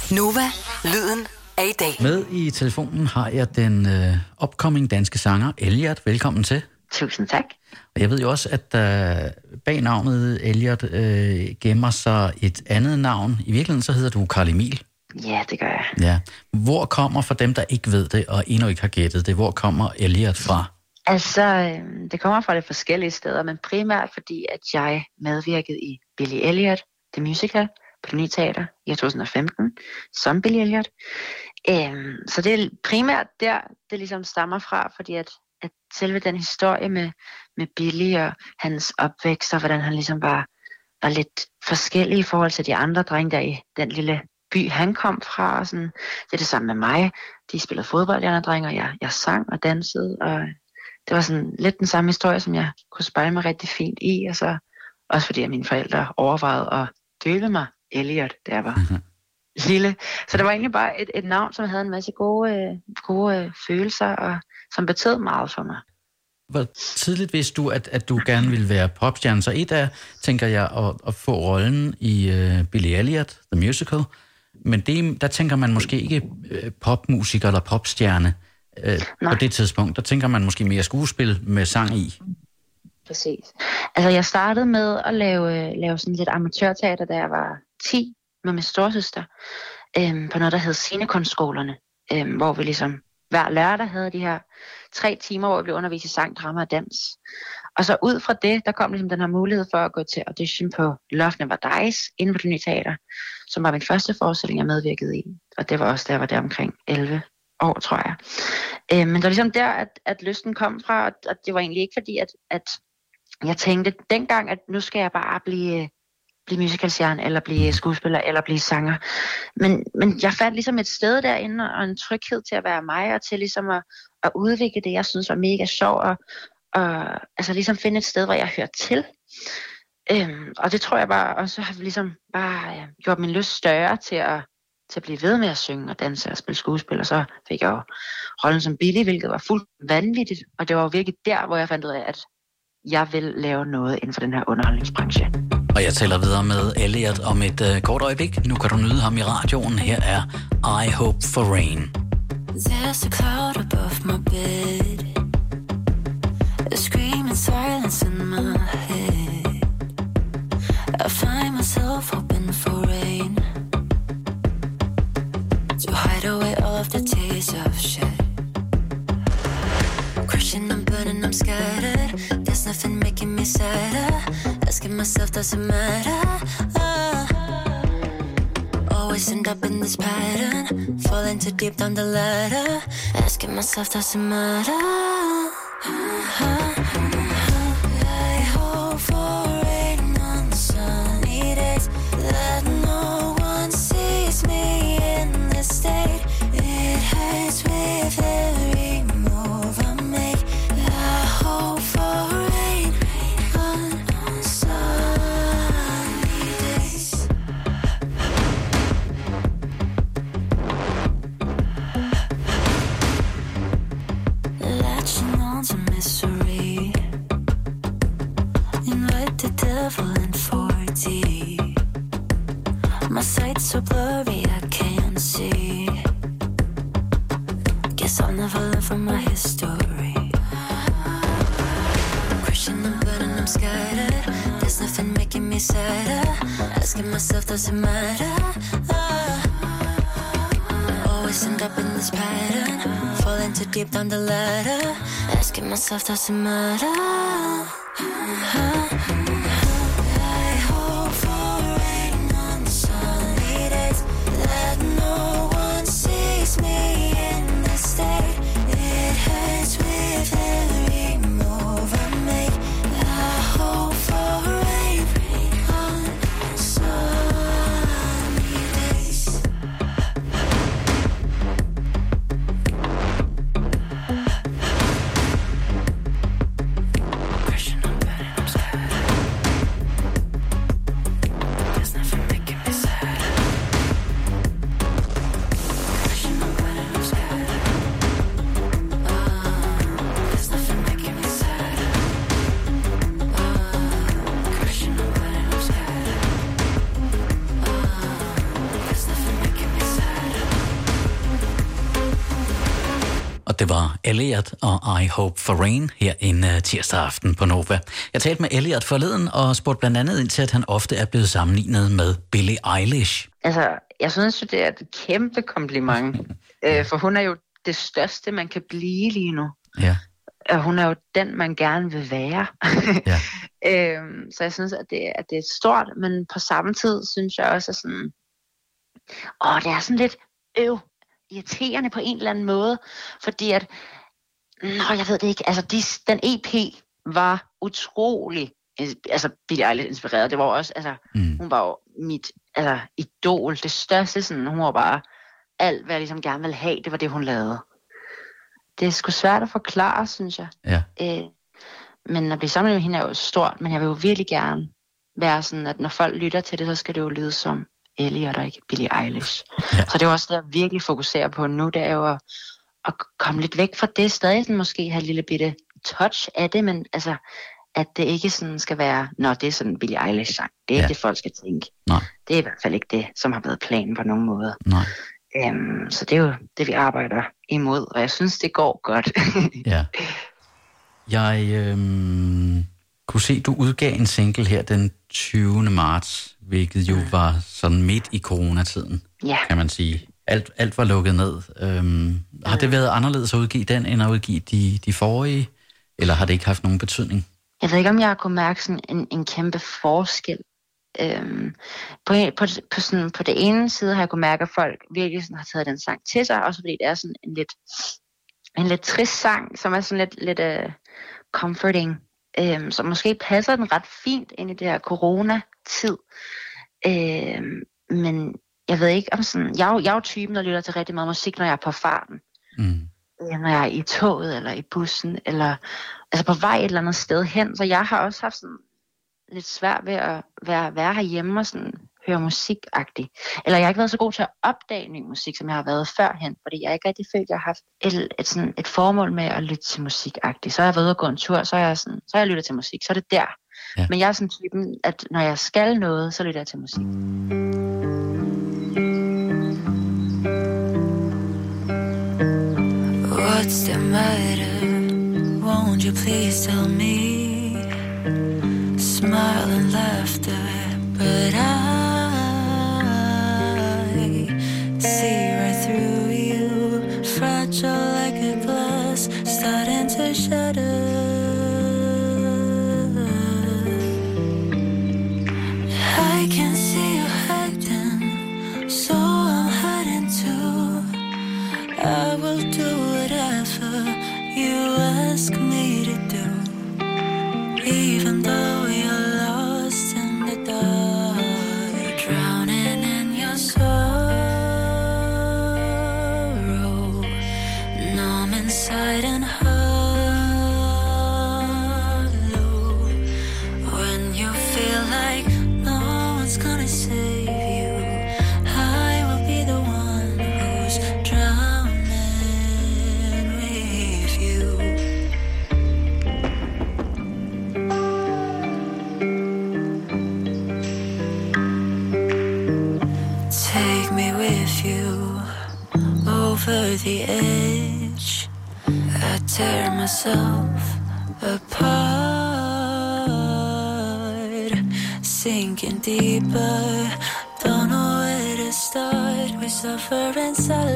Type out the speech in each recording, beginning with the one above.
Nova, lyden af i dag. Med i telefonen har jeg den upcoming danske sanger Elliot. Velkommen til. Tusind tak. Og jeg ved jo også, at bag navnet Elliot gemmer sig et andet navn. I virkeligheden så hedder du Carl Emil. Ja, det gør jeg. Ja. Hvor kommer, for dem der ikke ved det og endnu ikke har gættet det, hvor kommer Elliot fra? Altså, det kommer fra lidt forskellige steder, men primært fordi, at jeg medvirkede i Billy Elliot, The Musical, på Det Nye Teater i 2015, som Billy Elliot. Så det er primært der, det ligesom stammer fra, fordi at selve den historie med Billy og hans opvækst, og hvordan han ligesom var lidt forskellig i forhold til de andre drenge der i den lille by, han kom fra. Og sådan. Det er det samme med mig. De spillede fodbold, de andre drenge, og jeg sang og dansede, og det var sådan lidt den samme historie, som jeg kunne spejle mig rigtig fint i, og så også fordi at mine forældre overvejede at døbe mig Elliot, da jeg var lille. Så det var egentlig bare et navn, som havde en masse gode følelser, og som betød meget for mig. Hvor tidligt vidste du, at du gerne ville være popstjerne? Så et af, tænker jeg, at få rollen i Billy Elliot, The Musical, men der tænker man måske ikke popmusiker eller popstjerne på det tidspunkt. Der tænker man måske mere skuespil med sang i. Præcis. Altså, jeg startede med at lave sådan lidt amatørteater, da jeg var 10 med min storesøster, på noget, der hed Scenekunstskolerne, hvor vi ligesom hver lørdag havde de her 3 timer, hvor vi blev undervist i sang, drama og dans. Og så ud fra det, der kom ligesom den her mulighed for at gå til audition på Love Never Dies inde på Det Nye Teater, som var min første forestilling, jeg medvirkede i. Og det var også, da jeg var der omkring 11 år, tror jeg. Men det var ligesom der, at lysten kom fra, og det var egentlig ikke fordi, at jeg tænkte dengang, at nu skal jeg bare blive musicalstjerne, eller blive skuespiller, eller blive sanger. Men jeg fandt ligesom et sted derinde, og en tryghed til at være mig, og til ligesom at udvikle det, jeg synes var mega sjovt, og altså ligesom finde et sted, hvor jeg hører til. Og det tror jeg bare også har ligesom bare gjort min lyst større til at blive ved med at synge og danse og spille skuespil, og så fik jeg jo rollen som Billy, hvilket var fuldt vanvittigt, og det var jo virkelig der, hvor jeg fandt ud af, at jeg vil lave noget inden for den her underholdningsbranche. Og jeg taler videre med Elliot om et kort øjeblik. Nu kan du nyde ham i radioen. Her er I Hope for Rain. There's a cloud above my bed, a screaming silence in my head. I find myself hoping for rain to hide away all of the tears I've shed. Crashing, I'm burning, I'm scattered. There's nothing making me sadder. Asking myself, does it matter? Always end up in this pattern, falling too deep down the ladder. Asking myself, does it matter? I hope for rain on sunny days, that no one sees me in this state. It hurts with every move I make. I hope for rain on sunny days. Latching on to misery, invite the devil in 4D. My sight's so blurry I can't see. Guess I'll never learn from my history. Crashing and burning, I'm scattered. There's nothing making me sadder. Asking myself, does it matter? Always end up in this pattern, falling too deep down the ladder. Asking myself, does it matter? I hope for rain on sunny days, that no one sees me in this state. It hurts with every move I make. I hope for rain on sunny days. Crashing, I'm burning, I'm scared. det var Elliot og I Hope for Rain her en tirsdag aften på Nova. Jeg talte med Elliot forleden og spurgte blandt andet ind til, at han ofte er blevet sammenlignet med Billie Eilish. Altså, jeg synes jo, det er et kæmpe kompliment. For hun er jo det største, man kan blive lige nu. Ja. Og hun er jo den, man gerne vil være. Ja. Så jeg synes, at det er stort, men på samme tid synes jeg også, at sådan, det er sådan lidt irriterende på en eller anden måde, fordi at, jeg ved det ikke, altså den EP var utrolig, altså Billie Eilish inspireret, det var også, altså hun var jo mit idol, det største, sådan, hun var bare alt, hvad jeg ligesom gerne ville have, det var det, hun lavede. Det er sgu svært at forklare, synes jeg. Ja. Men at blive sammenlignet med hende er jo stort, men jeg vil jo virkelig gerne være sådan, at når folk lytter til det, så skal det jo lyde som Elliot og ikke Billie Eilish. Ja. Så det er jo også det, jeg virkelig fokuserer på nu, det er jo at komme lidt væk fra det, stadig sådan, måske have et lille bitte touch af det, men altså, at det ikke sådan skal være, det er sådan en Billie Eilish-sang. Det er ikke det, folk skal tænke. Nej. Det er i hvert fald ikke det, som har været planen på nogen måde. Nej. Så det er jo det, vi arbejder imod, og jeg synes, det går godt. Ja. Jeg kunne se, du udgav en single her den 20. marts, hvilket jo var sådan midt i coronatiden, kan man sige. Alt var lukket ned. Har det været anderledes at udgive den, end at udgive de forrige, eller har det ikke haft nogen betydning? Jeg ved ikke, om jeg kunne mærke sådan en kæmpe forskel. På det ene side har jeg kunne mærke, at folk virkelig sådan har taget den sang til sig, også fordi det er sådan en lidt trist sang, som er sådan lidt comforting, så måske passer den ret fint ind i det her coronatid, men jeg ved ikke om sådan, jeg er jo typen, der lytter til rigtig meget musik, når jeg er på farten, når jeg er i toget eller i bussen, eller altså på vej et eller andet sted hen, så jeg har også haft sådan lidt svært ved at være herhjemme og sådan høre musikagtigt. Eller jeg har ikke været så god til at opdage ny musik, som jeg har været førhen, fordi jeg ikke rigtig følt, at jeg har haft et formål med at lytte til musikagtigt. Så har jeg været ude og gå en tur, så har jeg lyttet til musik, så er det der. Ja. Men jeg er sådan typen, at når jeg skal noget, så lytter jeg til musik. What's the matter? Won't you please tell me? Smile and laughter, but I see right through you, fragile like a glass, starting to shatter. I can see you hiding, so I'm hiding too. I will do whatever you ask me to do, even though you're lost in the dark, drowning in your sorrow, numb inside and hollow. When you feel like no one's gonna save you, I will be the one who's drowning with you. Take me with you over the edge. I tear myself apart, sinking deeper. Don't know where to start. We suffer in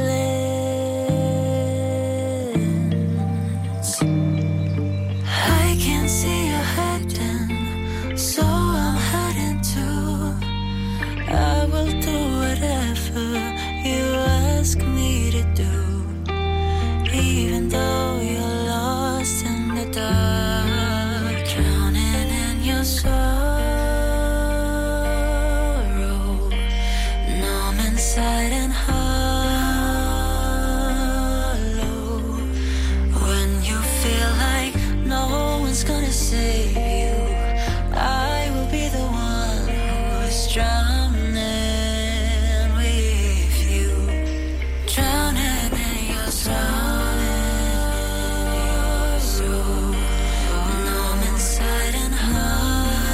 silence. I can see you hiding, so I'm hiding too. I will do whatever you ask me to do, even though you're lost in the dark, drowning in your sorrow, numb inside and hollow. When you feel like no one's gonna save you, I will be the one who's drowning.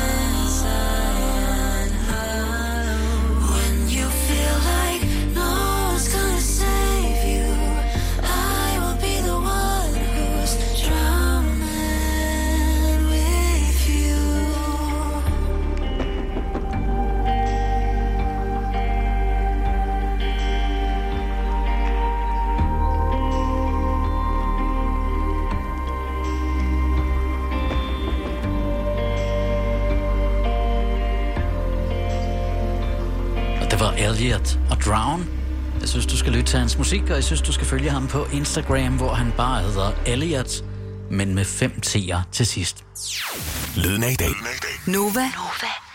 No Elliott og Drown. Jeg synes, du skal lytte til hans musik, og jeg synes, du skal følge ham på Instagram, hvor han bare hedder Elliott, men med 5 T'er til sidst. Lyden af i dag. Nova.